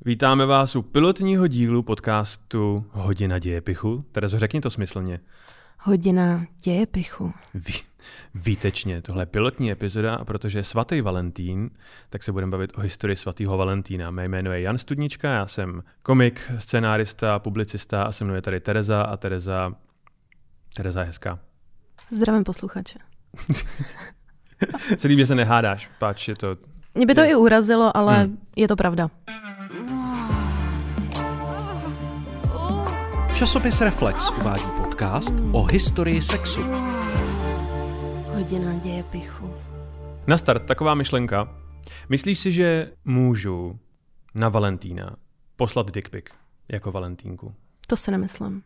Vítáme vás u pilotního dílu podcastu Hodina dějepichu. Terezo, řekni to smyslně. Hodina dějepichu. Výtečně, tohle je pilotní epizoda a protože je svatý Valentín, tak se budeme bavit o historii svatého Valentína. Mé jméno je Jan Studnička, já jsem komik, scenárista, publicista a se mnou je tady Tereza a Tereza je hezká. Zdravím posluchače. Se líbí, že se nehádáš, páč je to... Mě by to i urazilo, ale je to pravda. Časopis Reflex uvádí podcast o historii sexu. Hodina dějepichu. Na start, taková myšlenka. Myslíš si, že můžu na Valentína poslat dick pic jako Valentínku? To si nemyslím.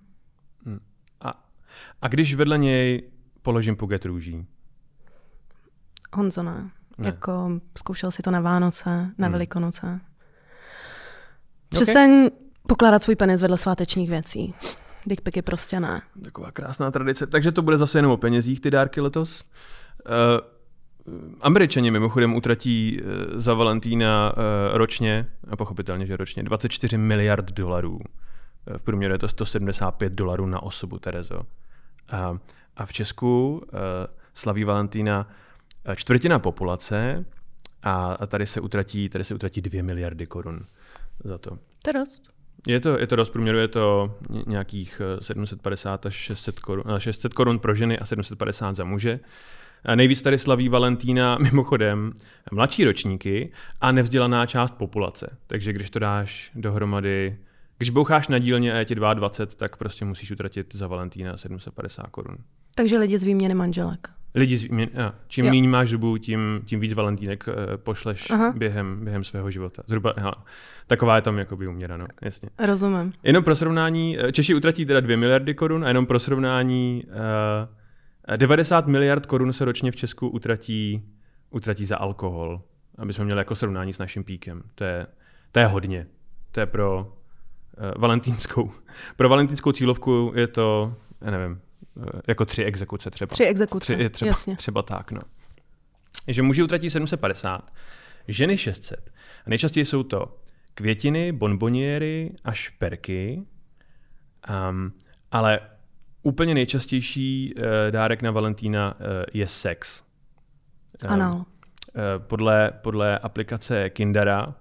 A když vedle něj položím puget růží? Honzo, ne. Jako zkoušel si to na Vánoce, na Velikonoce. Přestaň pokládat svůj penis vedle svátečních věcí. Dick pic je prostě ne. Taková krásná tradice. Takže to bude zase jenom o penězích, ty dárky letos. Američani mimochodem utratí za Valentína ročně, a pochopitelně, že ročně, 24 miliard dolarů. V průměru je to $175 na osobu, Terezo. A v Česku slaví Valentína čtvrtina populace a tady se utratí 2 miliardy korun za to. To je dost. Je to dost, průměru je to nějakých 750 až 600 korun pro ženy a 750 za muže. A nejvíc tady slaví Valentína mimochodem mladší ročníky a nevzdělaná část populace. Takže když to dáš dohromady, když boucháš na dílně a je ti 22, tak prostě musíš utratit za Valentína 750 korun. Takže lidi z výměny manželek. Čím méně máš zubů, tím víc Valentínek pošleš během svého života. Zhruba taková je tam jakoby úměra, no, jasně. Rozumím. Jenom pro srovnání, Češi utratí teda 2 miliardy korun a jenom pro srovnání 90 miliard korun se ročně v Česku utratí za alkohol, aby jsme měli jako srovnání s naším píkem. To je hodně. To je pro valentínskou cílovku je to, já nevím, jako 3 exekuce třeba. 3 exekuce, jasně. Třeba tak, no. Že muži utratí 750, ženy 600. A nejčastěji jsou to květiny, bonboniéry a šperky. Ale úplně nejčastější dárek na Valentína je sex. Ano. Podle aplikace Kindera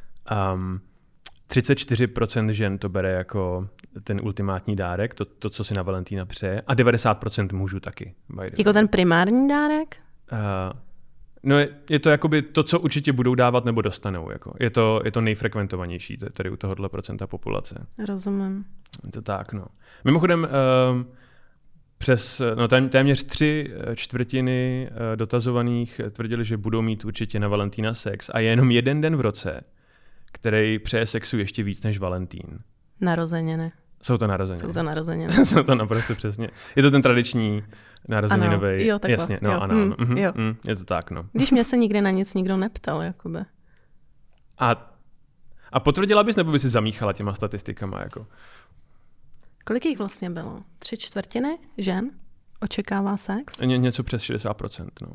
34% žen to bere jako ten ultimátní dárek, to co si na Valentína přeje, a 90% mužů taky. Jako ten primární dárek? No je to jakoby to, co určitě budou dávat nebo dostanou. Jako. Je to nejfrekventovanější tady u tohohle procenta populace. Rozumím. Je to tak, no. Mimochodem, téměř 3/4 dotazovaných tvrdili, že budou mít určitě na Valentína sex a je jenom jeden den v roce, který přeje sexu ještě víc než Valentín. Narozeniny. Jsou to narozeniny. Jsou to naprosto přesně. Je to ten tradiční narozeninový. Jo, takhle. Jasně, no, jo. ano. Jo. Je to tak, no. Když mě se nikdy na nic nikdo neptal, jakoby. A potvrdila bys, nebo bys si zamíchala těma statistikama, jako? Kolik jich vlastně bylo? 3/4 žen očekává sex? Něco přes 60%, no.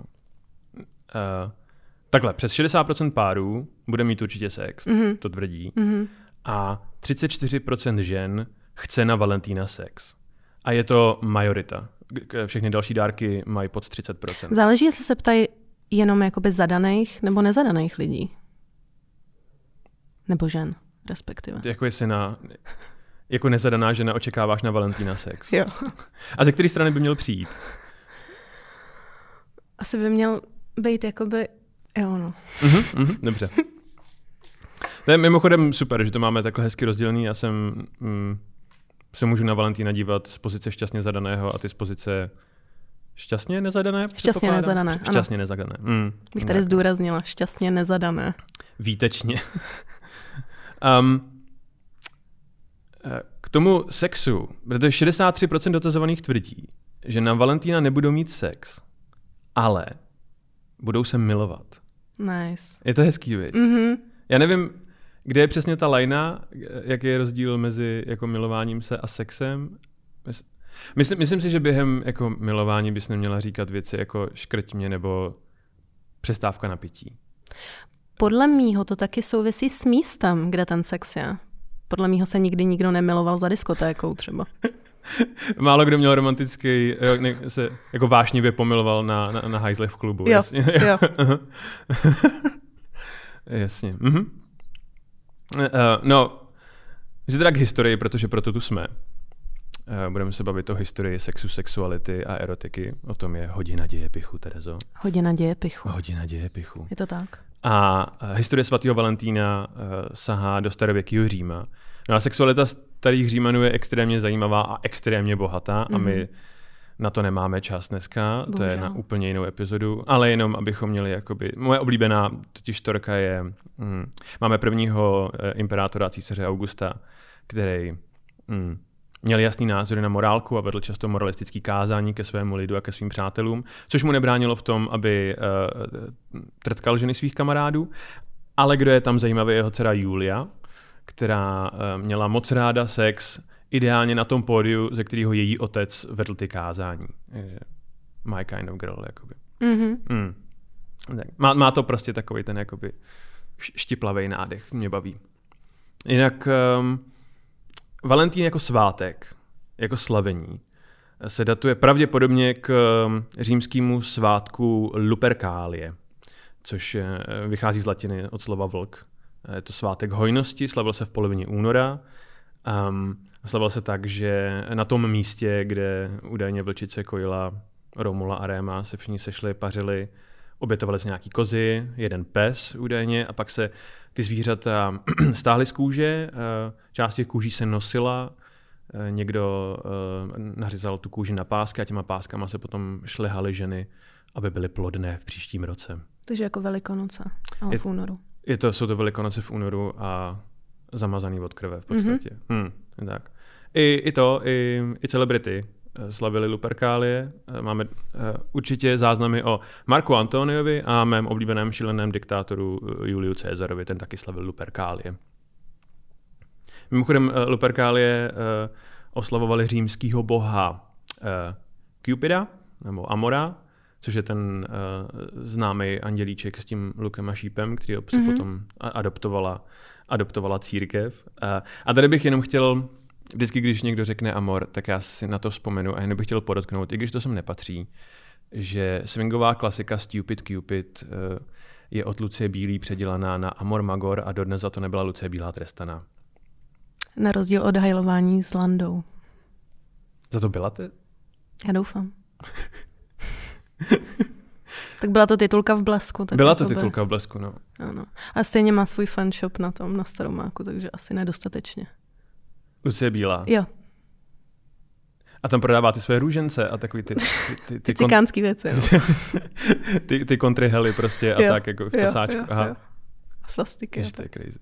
Takhle, přes 60% párů bude mít určitě sex, to tvrdí. A 34% žen chce na Valentína sex. A je to majorita. Všechny další dárky mají pod 30%. Záleží, jestli se ptají jenom jakoby zadaných nebo nezadaných lidí. Nebo žen, respektive. Jako jestli jako nezadaná žena očekáváš na Valentína sex. Jo. A ze které strany by měl přijít? Asi by měl být jakoby... Jo, no. Dobře. To je mimochodem super, že to máme takhle hezky rozdělený. Já se můžu na Valentína dívat z pozice šťastně zadaného a ty z pozice šťastně nezadané? Šťastně nezadané, ano. Šťastně nezadané. Bych tady zdůraznila, šťastně nezadané. Výtečně. K tomu sexu, protože 63% dotazovaných tvrdí, že na Valentína nebudou mít sex, ale budou se milovat. Nice. Je to hezký, viď? Já nevím, kde je přesně ta lajna, jaký je rozdíl mezi jako milováním se a sexem. Myslím si, že během jako milování bys neměla říkat věci jako škrť mě nebo přestávka na pití. podle mýho to taky souvisí s místem, kde ten sex je. Podle mýho se nikdy nikdo nemiloval za diskotékou třeba. Málo kdo měl romantický, se jako vášnivě pomiloval na hajzlech v klubu. Jo, jasně. jo. Jasně. No, že teda k historii, protože proto tu jsme. Budeme se bavit o historii sexu, sexuality a erotiky. O tom je hodina dějepichu, Terezo. Hodina dějepichu. Hodina dějepichu. Je to tak. A historie svatého Valentína sahá do starověkého Říma. No a sexualita starých Římanů je extrémně zajímavá a extrémně bohatá a my na to nemáme čas dneska. Bohužel. To je na úplně jinou epizodu, ale jenom abychom měli jakoby... Moje oblíbená totiž storka je... máme prvního imperátora císaře Augusta, který měl jasný názory na morálku a vedl často moralistický kázání ke svému lidu a ke svým přátelům, což mu nebránilo v tom, aby trtkal ženy svých kamarádů. Ale kdo je tam zajímavý, je jeho dcera Julia, která měla moc ráda sex, ideálně na tom pódiu, ze kterého její otec vedl ty kázání. My kind of girl, jakoby. Má to prostě takový ten jakoby štiplavej nádech, mě baví. Jinak Valentín jako svátek, jako slavení, se datuje pravděpodobně k římskému svátku Lupercalie, což vychází z latiny od slova vlk. Je to svátek hojnosti, slavil se v polovině února. Slavil se tak, že na tom místě, kde údajně vlčice kojila Romula a Réma, se všichni sešli, pařili, obětovali se nějaký kozy, jeden pes údajně a pak se ty zvířata stáhly z kůže, část těch kůží se nosila, někdo nařezal tu kůži na pásky a těma páskama se potom šlehaly ženy, aby byly plodné v příštím roce. Takže jako Velikonoce, ale v únoru. Jsou to Velikonoce v únoru a zamazaný od krve v podstatě. Tak. I celebrity slavili Lupercalie. Máme určitě záznamy o Marku Antoniovi a mém oblíbeném šíleném diktátoru Juliu Caesarovi, ten taky slavil Lupercalie. Mimochodem Lupercalie oslavovali římskýho boha Cupida, nebo Amora, což je ten známý andělíček s tím lukem a šípem, který si potom adoptovala církev. A tady bych jenom chtěl, vždycky, když někdo řekne Amor, tak já si na to vzpomenu a jenom bych chtěl podotknout, i když to sem nepatří, že swingová klasika Stupid Cupid je od Lucie Bílý předělaná na Amor Magor a dodnes za to nebyla Lucie Bílá trestaná. Na rozdíl od hajlování s Landou. Za to byla ty? Já doufám. Tak byla to titulka v Blesku. Tak byla to titulka v Blesku, no. Ano. A stejně má svůj fanshop na Staromáku, takže asi nedostatečně. Lucie Bílá. Jo. A tam prodává ty své růžence a takový ty cikánský věci. ty kontrihely prostě a tak jako v tasáčku. Aha. Jo. A svastiky. Ježiš, to je crazy.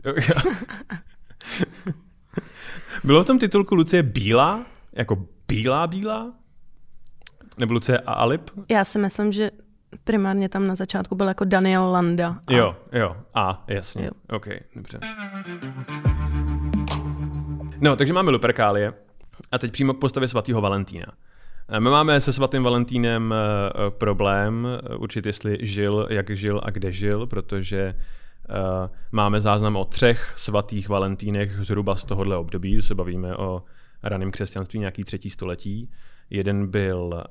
Bylo v tom titulku Lucie Bílá? Jako bílá? Nebo Lucie a Alip? Já si myslím, že primárně tam na začátku byl jako Daniel Landa. Jo. A, jasně. Jo. OK, dobře. No, takže máme Lupercalie a teď přímo k postavě svatého Valentína. My máme se svatým Valentínem problém určit, jestli žil, jak žil a kde žil, protože máme záznam o 3 svatých Valentínech zhruba z tohohle období, se bavíme o raném křesťanství, nějaký 3. století. Jeden byl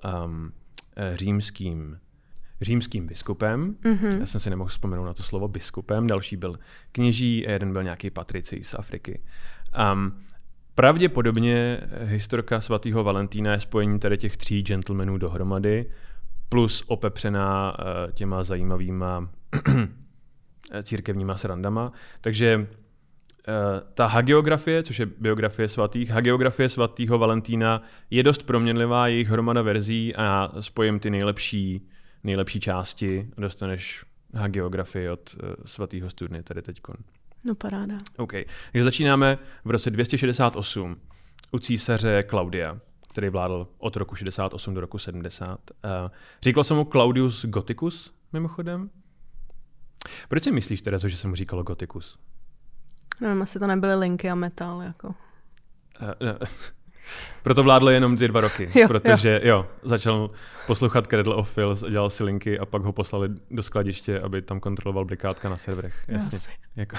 římským biskupem, já jsem si nemohl vzpomenout na to slovo biskupem, další byl kněží a jeden byl nějaký patricij z Afriky. Pravděpodobně historka svatého Valentína je spojení tady těch 3 gentlemanů dohromady, plus opepřená těma zajímavýma církevníma srandama. Takže ta hagiografie, což je biografie svatých, hagiografie svatého Valentína je dost proměnlivá, jejich hromada verzí a já spojím ty nejlepší části, dostaneš hagiografii od svatého studny tady teďkon. No paráda. OK. Takže začínáme v roce 268 u císaře Klaudia, který vládl od roku 68 do roku 70. Říkal jsem mu Claudius Gothicus, mimochodem. Proč si myslíš, Terezo, že jsem mu říkal Gothicus? Nevím, asi to nebyly linky a metal, jako. Proto vládl jenom ty 2 roky, protože začal poslouchat Cradle of Filth, dělal si linky a pak ho poslali do skladiště, aby tam kontroloval blikátka na serverech. Jasně. Jako.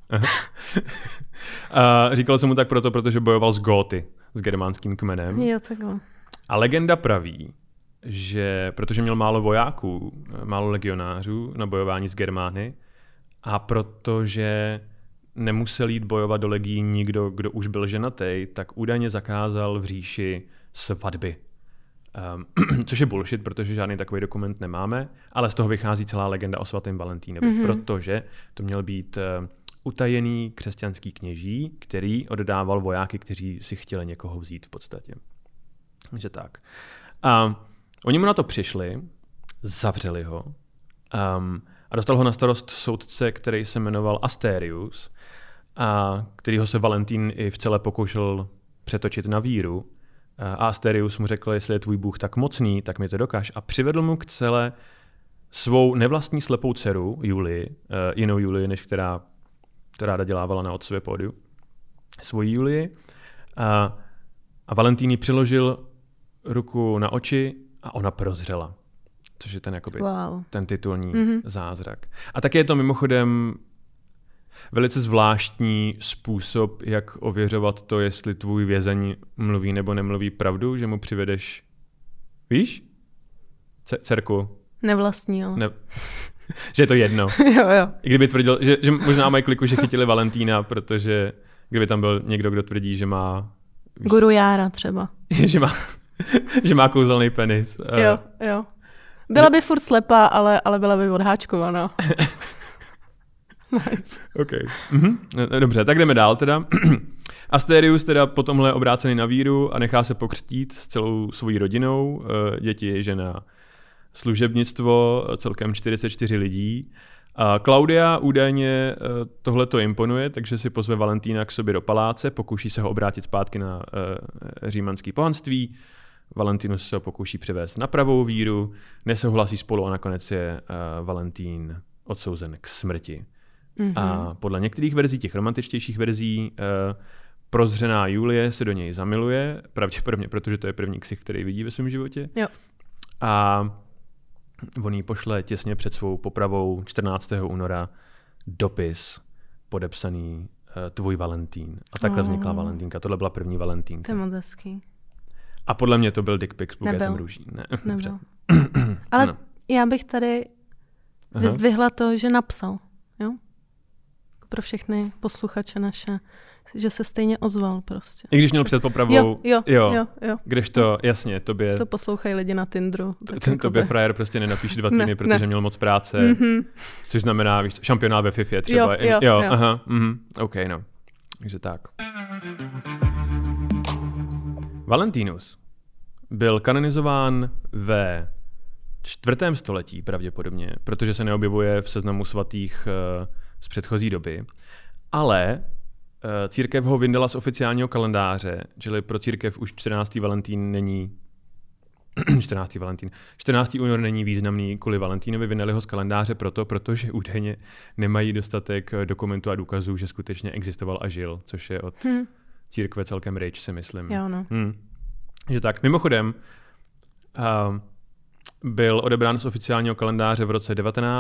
A říkal jsem mu tak protože bojoval s Góty, s germánským kmenem. Jo, takhle. A legenda praví, že protože měl málo vojáků, málo legionářů na bojování s Germány a protože nemusel jít bojovat do legií nikdo, kdo už byl ženatý, tak údajně zakázal v říši svatby. Což je bullshit, protože žádný takový dokument nemáme, ale z toho vychází celá legenda o svatém Valentínovi, protože to měl být utajený křesťanský kněží, který oddával vojáky, kteří si chtěli někoho vzít v podstatě. Takže tak. Oni mu na to přišli, zavřeli ho a dostal ho na starost soudce, který se jmenoval Asterius, a kterýho se Valentín i v celé pokoušel přetočit na víru. A Asterius mu řekl, jestli je tvůj Bůh tak mocný, tak mi to dokáž. A přivedl mu k celé svou nevlastní slepou dceru, Julii, jinou Julii, než která ráda dělávala na otcově pódiu, svoji Julii. A Valentín jí přiložil ruku na oči a ona prozřela. Což je ten, jakoby, ten titulní zázrak. A taky je to mimochodem velice zvláštní způsob, jak ověřovat to, jestli tvůj vězeň mluví nebo nemluví pravdu, že mu přivedeš, víš? Dcerku. Nevlastní, ale. Že je to jedno. Jo. I kdyby tvrdil, že možná mají kliku, že chytili Valentína, protože kdyby tam byl někdo, kdo tvrdí, že má... Víš, Guru Jára třeba. že má kouzelný penis. Jo. Byla by furt slepá, ale byla by odháčkovaná. Nice. Okay. Dobře, tak jdeme dál teda. Asterius teda po tomhle obrácený na víru a nechá se pokřtít s celou svojí rodinou, děti, žena, služebnictvo, celkem 44 lidí. A Klaudia údajně tohleto imponuje, takže si pozve Valentína k sobě do paláce, pokouší se ho obrátit zpátky na římanský pohanství. Valentinus se ho pokouší převést na pravou víru, nesouhlasí spolu a nakonec je Valentín odsouzen k smrti. A podle některých verzí, těch romantičtějších verzí, prozřená Julie se do něj zamiluje, pravděpodobně, protože to je první ksich, který vidí ve svém životě. Jo. A on jí pošle těsně před svou popravou 14. února dopis podepsaný tvůj Valentín. A takhle vznikla Valentínka. Tohle byla první Valentínka. To je moc hezký. A podle mě to byl dick pic s buketem růží. Nebyl. Ale já bych tady vyzdvihla to, že napsal. Jo? Pro všechny posluchače naše, že se stejně ozval prostě. I když měl před popravou. Jo. Kdežto, jasně, tobě... To poslouchají lidi na Tinderu. Tobě frajer prostě nenapíše 2 týdny, protože měl moc práce. Což znamená, víš, šampionát ve FIFA třeba. Jo. Aha. OK, no. Takže tak. Valentinus byl kanonizován ve 4. století pravděpodobně, protože se neobjevuje v seznamu svatých z předchozí doby, ale církev ho vyndala z oficiálního kalendáře, čili pro církev už 14. Valentín není 14. únor není významný kvůli Valentínovi, vyndali ho z kalendáře protože údajně nemají dostatek dokumentů a důkazů, že skutečně existoval a žil, což je od církve celkem rich, si myslím. Jo, no. Že tak. Mimochodem, byl odebrán z oficiálního kalendáře v roce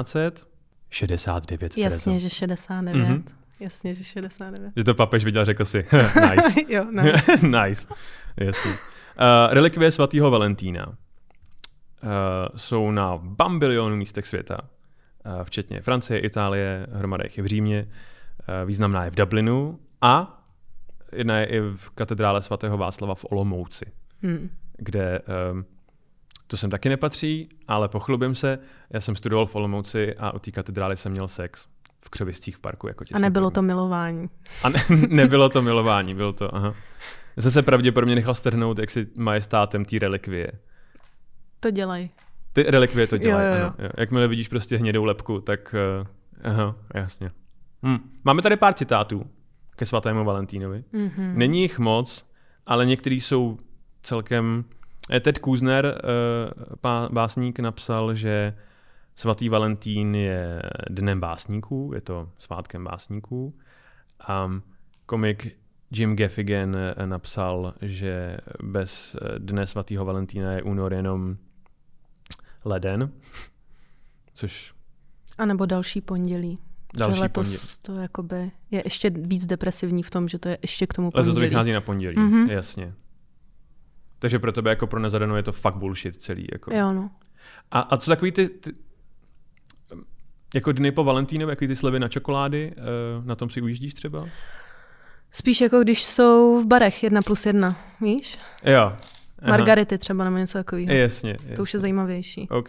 1969. Jasně, že 69. Jasně, že 69. Že to papež viděl, řekl si, nice. Jo, nice. Nice, jasně. Relikvie svatého Valentína jsou na bambilionu místech světa, včetně Francie, Itálie, hromada jich je v Římě, významná je v Dublinu a jedna je i v katedrále svatého Václava v Olomouci, kde to sem taky nepatří, ale pochlubím se, já jsem studoval v Olomouci a u té katedrály jsem měl sex v křoviscích v parku. Jako a nebylo to milování. A nebylo to milování, bylo to, aha. Já jsem se pravděpodobně nechal strhnout jaksi majestátem té relikvie. To dělají. Ty relikvie to dělají, jo. Ano. Jakmile vidíš prostě hnědou lebku, tak aha, jasně. Máme tady pár citátů ke svatému Valentínovi. Není jich moc, ale některý jsou celkem... Ted Kuzner, básník, napsal, že svatý Valentín je dnem básníků, je to svátkem básníků. Komik Jim Gaffigan napsal, že bez Dne svatého Valentína je únor jenom leden, což... A nebo další pondělí. Letos to jakoby je ještě víc depresivní v tom, že to je ještě k tomu pondělí. Letos to vychází na pondělí, jasně. Takže pro tebe jako pro nezadanou je to fakt bullshit celý. Jako. Jo, no. A co takový ty jako dny po Valentínovi, jaký ty slevy na čokolády, na tom si ujíždíš třeba? Spíš jako když jsou v barech 1+1, víš? Jo. Aha. Margarity třeba nebo něco takového. Jasně. To už je zajímavější. OK.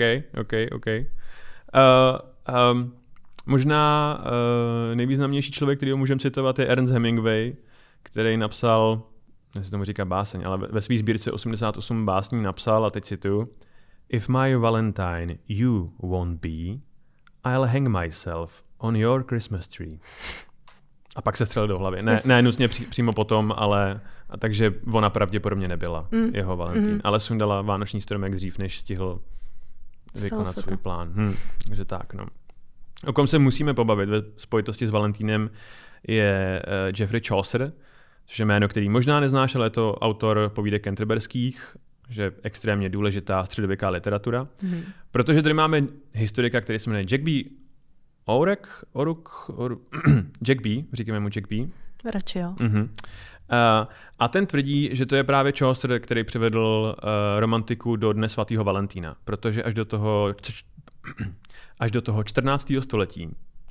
Možná nejvýznamnější člověk, který ho můžeme citovat, je Ernest Hemingway, který napsal, já si tomu říká báseň, ale ve své sbírce 88 básní napsal, a teď cituju, If my Valentine you won't be, I'll hang myself on your Christmas tree. A pak se střelil do hlavy. Ne nutně přímo potom, ale takže ona pravděpodobně nebyla jeho Valentín. Ale sundala vánoční stromek dřív, než stihl vykonat svůj plán. Takže tak, no. O kom se musíme pobavit ve spojitosti s Valentínem je Geoffrey Chaucer, což je jméno, který možná neznáš, ale je to autor povídek canterberských, že je extrémně důležitá středověká literatura. Protože tady máme historika, který se jmenuje Jack B. Jack B., říkáme mu Jack B. Radši jo. A ten tvrdí, že to je právě Chaucer, který přivedl romantiku do Dne svatého Valentína, protože až do toho 14. století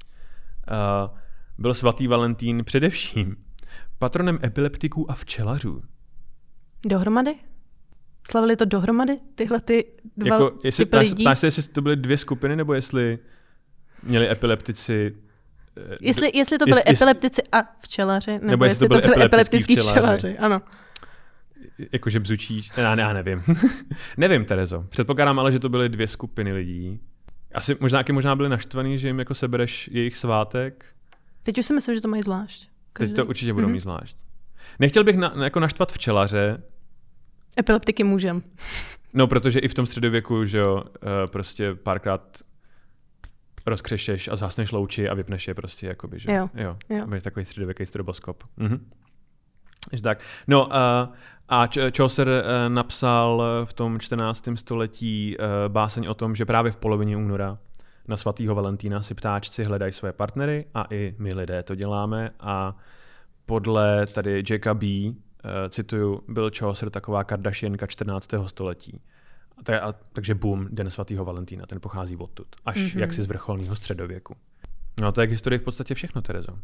byl svatý Valentín především patronem epileptiků a včelařů. Dohromady? Slavili to dohromady? Tyhle ty dva typy lidí? Ptáš se, jestli to byly dvě skupiny, nebo jestli měli epileptici... Jestli to byli epileptici a včelaři, nebo jestli to byli epileptický včelaři. Ano. Jakože bzučíš? Já nevím. Nevím, Terezo. Předpokládám ale, že to byly dvě skupiny lidí. Asi možná byli naštvaný, že jim jako sebereš jejich svátek. Teď už si myslím, že to mají zvlášť. Teď to určitě budou mít zvlášť. Nechtěl bych jako naštvat včelaře. Epileptiky můžem. No, protože i v tom středověku, že jo, prostě párkrát rozkřešeš a zhasneš louči a vypneš je prostě, jakoby, že jo. Máš takový středověký stroboskop. Tak. No a Chaucer napsal v tom 14. století báseň o tom, že právě v polovině února na svatého Valentína si ptáčci hledají své partnery a i my lidé to děláme a podle tady Jacka B., cituju, byl Chaucer taková Kardashianka 14. století. Takže boom, Den svatého Valentína, ten pochází odtud, až jaksi z vrcholného středověku. No a to je k historii v podstatě všechno, Terezo.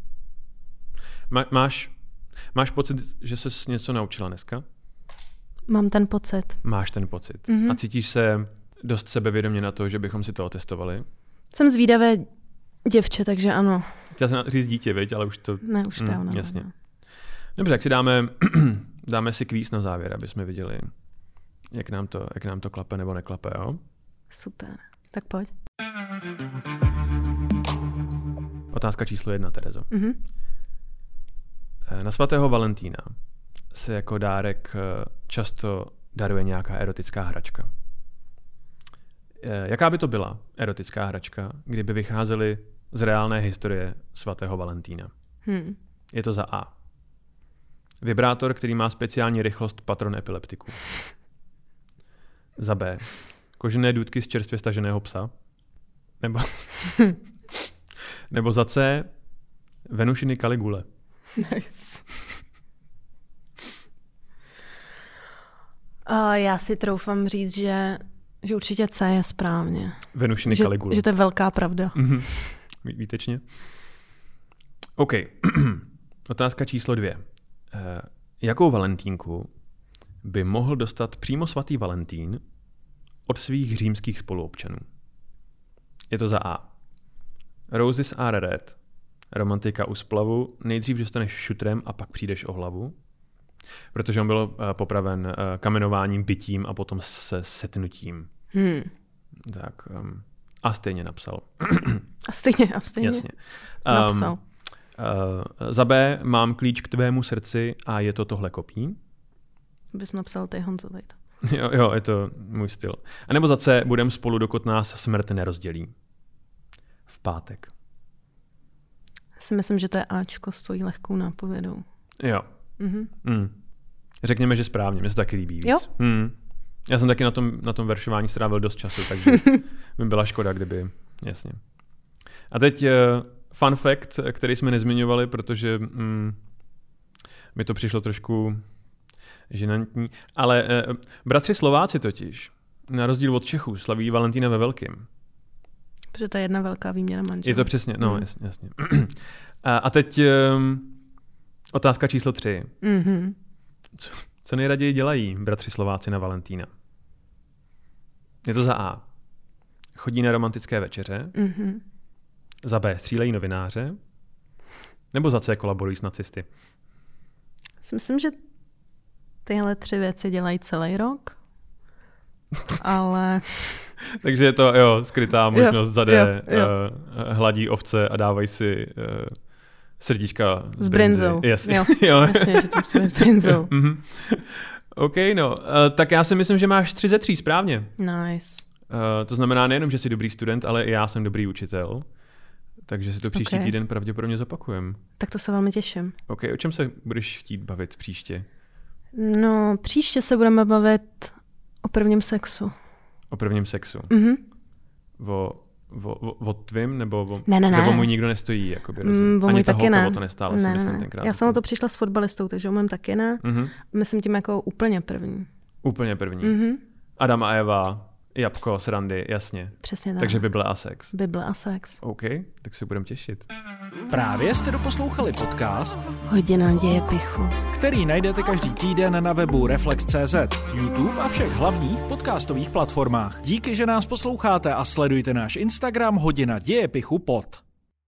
Máš pocit, že ses něco naučila dneska? Mám ten pocit. Máš ten pocit. A cítíš se dost sebevědomě na to, že bychom si to otestovali? Jsem zvídavé děvče, takže ano. Chtěla jsem říct dítě, viď? Ale už to... Ne, už dávno. Jasně. Dobře, jak si dáme si kvíz na závěr, aby jsme viděli, jak nám to klape nebo neklape, jo? Super. Tak pojď. Otázka číslo 1, Terezo. Na svatého Valentína se jako dárek často daruje nějaká erotická hračka. Jaká by to byla erotická hračka, kdyby vycházely z reálné historie svatého Valentína? Je to za A. Vibrátor, který má speciální rychlost patron epileptiků. Za B. Kožené důtky z čerstvě staženého psa. Nebo za C. Venušiny Kaligule. Nice. Já si troufám říct, že určitě C je správně. Venušiny Kaligule. Že to je velká pravda. Výtečně. OK. Otázka číslo 2. Jakou valentínku by mohl dostat přímo svatý Valentín od svých římských spoluobčanů? Je to za A. Roses are red. Romantika u splavu. Nejdřív dostaneš šutrem a pak přijdeš o hlavu. Protože on byl popraven kamenováním, bitím a potom se setnutím. Tak. A stejně napsal. A stejně. Jasně. Napsal. Za B. Mám klíč k tvému srdci a je to tohle kopí. Bys napsal ty, Honzo, tady to. Jo, je to můj styl. A nebo za C. Budem spolu, dokud nás smrt nerozdělí. V pátek. Si myslím, že to je Ačko s tvojí lehkou nápovědou. Jo. Řekněme, že správně, mně se taky líbí víc. Jo? Já jsem taky na tom veršování strávil dost času, takže by byla škoda, kdyby... Jasně. A teď fun fact, který jsme nezmiňovali, protože mi to přišlo trošku žinantní, ale bratři Slováci totiž, na rozdíl od Čechů, slaví Valentína ve velkým. Protože to je jedna velká výměna manželů. Je to přesně, no jasně. A teď otázka číslo 3. Co nejraději dělají bratři Slováci na Valentína? Je to za A. Chodí na romantické večeře. Za B. Střílejí novináře. Nebo za C. Kolaborují s nacisty. Myslím, že tyhle 3 věci dělají celý rok. Ale... Takže je to, skrytá možnost za D. Hladí ovce a dávají si srdíčka s brinzou. Jasně, jasně, že to musíme s brinzou. OK, tak já si myslím, že máš 3 ze 3 správně. Nice. To znamená nejenom, že jsi dobrý student, ale i já jsem dobrý učitel. Takže si to příští týden pravděpodobně zopakujem. Tak to se velmi těším. OK, o čem se budeš chtít bavit příště? No, příště se budeme bavit o prvním sexu. O prvním sexu? O tvým, nebo ne. O můj nikdo nestojí? Jakoby, o můj taky ne. To nestále, myslím, tenkrát. Já jsem o to přišla s fotbalistou, takže o mém taky ne. Myslím tím jako úplně první. Úplně první. Adam a Eva, jabko, srandy, jasně. Přesně tak. Takže Bible a sex. Bible a sex. OK, tak se budeme těšit. Právě jste doposlouchali podcast Hodina dějepichu, který najdete každý týden na webu Reflex.cz, YouTube a všech hlavních podcastových platformách. Díky, že nás posloucháte a sledujte náš Instagram Hodina dějepichu pod.